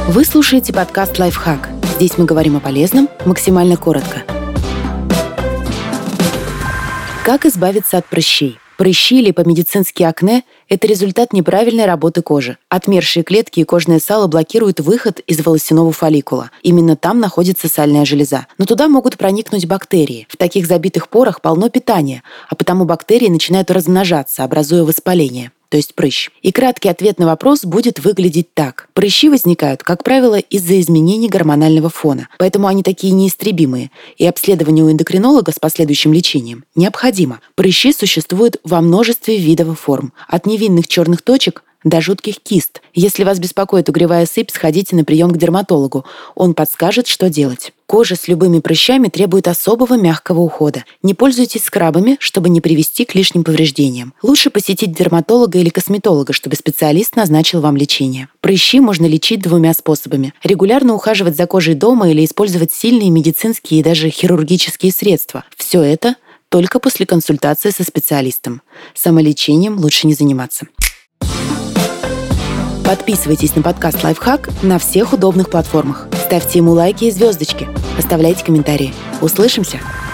Вы слушаете подкаст «Лайфхак». Здесь мы говорим о полезном максимально коротко. Как избавиться от прыщей? Прыщи или по-медицински акне – это результат неправильной работы кожи. Отмершие клетки и кожное сало блокируют выход из волосяного фолликула. Именно там находится сальная железа. Но туда могут проникнуть бактерии. В таких забитых порах полно питания, а потому бактерии начинают размножаться, образуя воспаление, то есть прыщ. И краткий ответ на вопрос будет выглядеть так. Прыщи возникают, как правило, из-за изменений гормонального фона, поэтому они такие неистребимые, и обследование у эндокринолога с последующим лечением необходимо. Прыщи существуют во множестве видов и форм, от невинных черных точек до жутких кист. Если вас беспокоит угревая сыпь, сходите на прием к дерматологу. Он подскажет, что делать. Кожа с любыми прыщами требует особого мягкого ухода. Не пользуйтесь скрабами, чтобы не привести к лишним повреждениям. Лучше посетить дерматолога или косметолога, чтобы специалист назначил вам лечение. Прыщи можно лечить двумя способами. Регулярно ухаживать за кожей дома или использовать сильные медицинские и даже хирургические средства. Все это только после консультации со специалистом. Самолечением лучше не заниматься. Подписывайтесь на подкаст «Лайфхак» на всех удобных платформах. Ставьте ему лайки и звездочки. Оставляйте комментарии. Услышимся!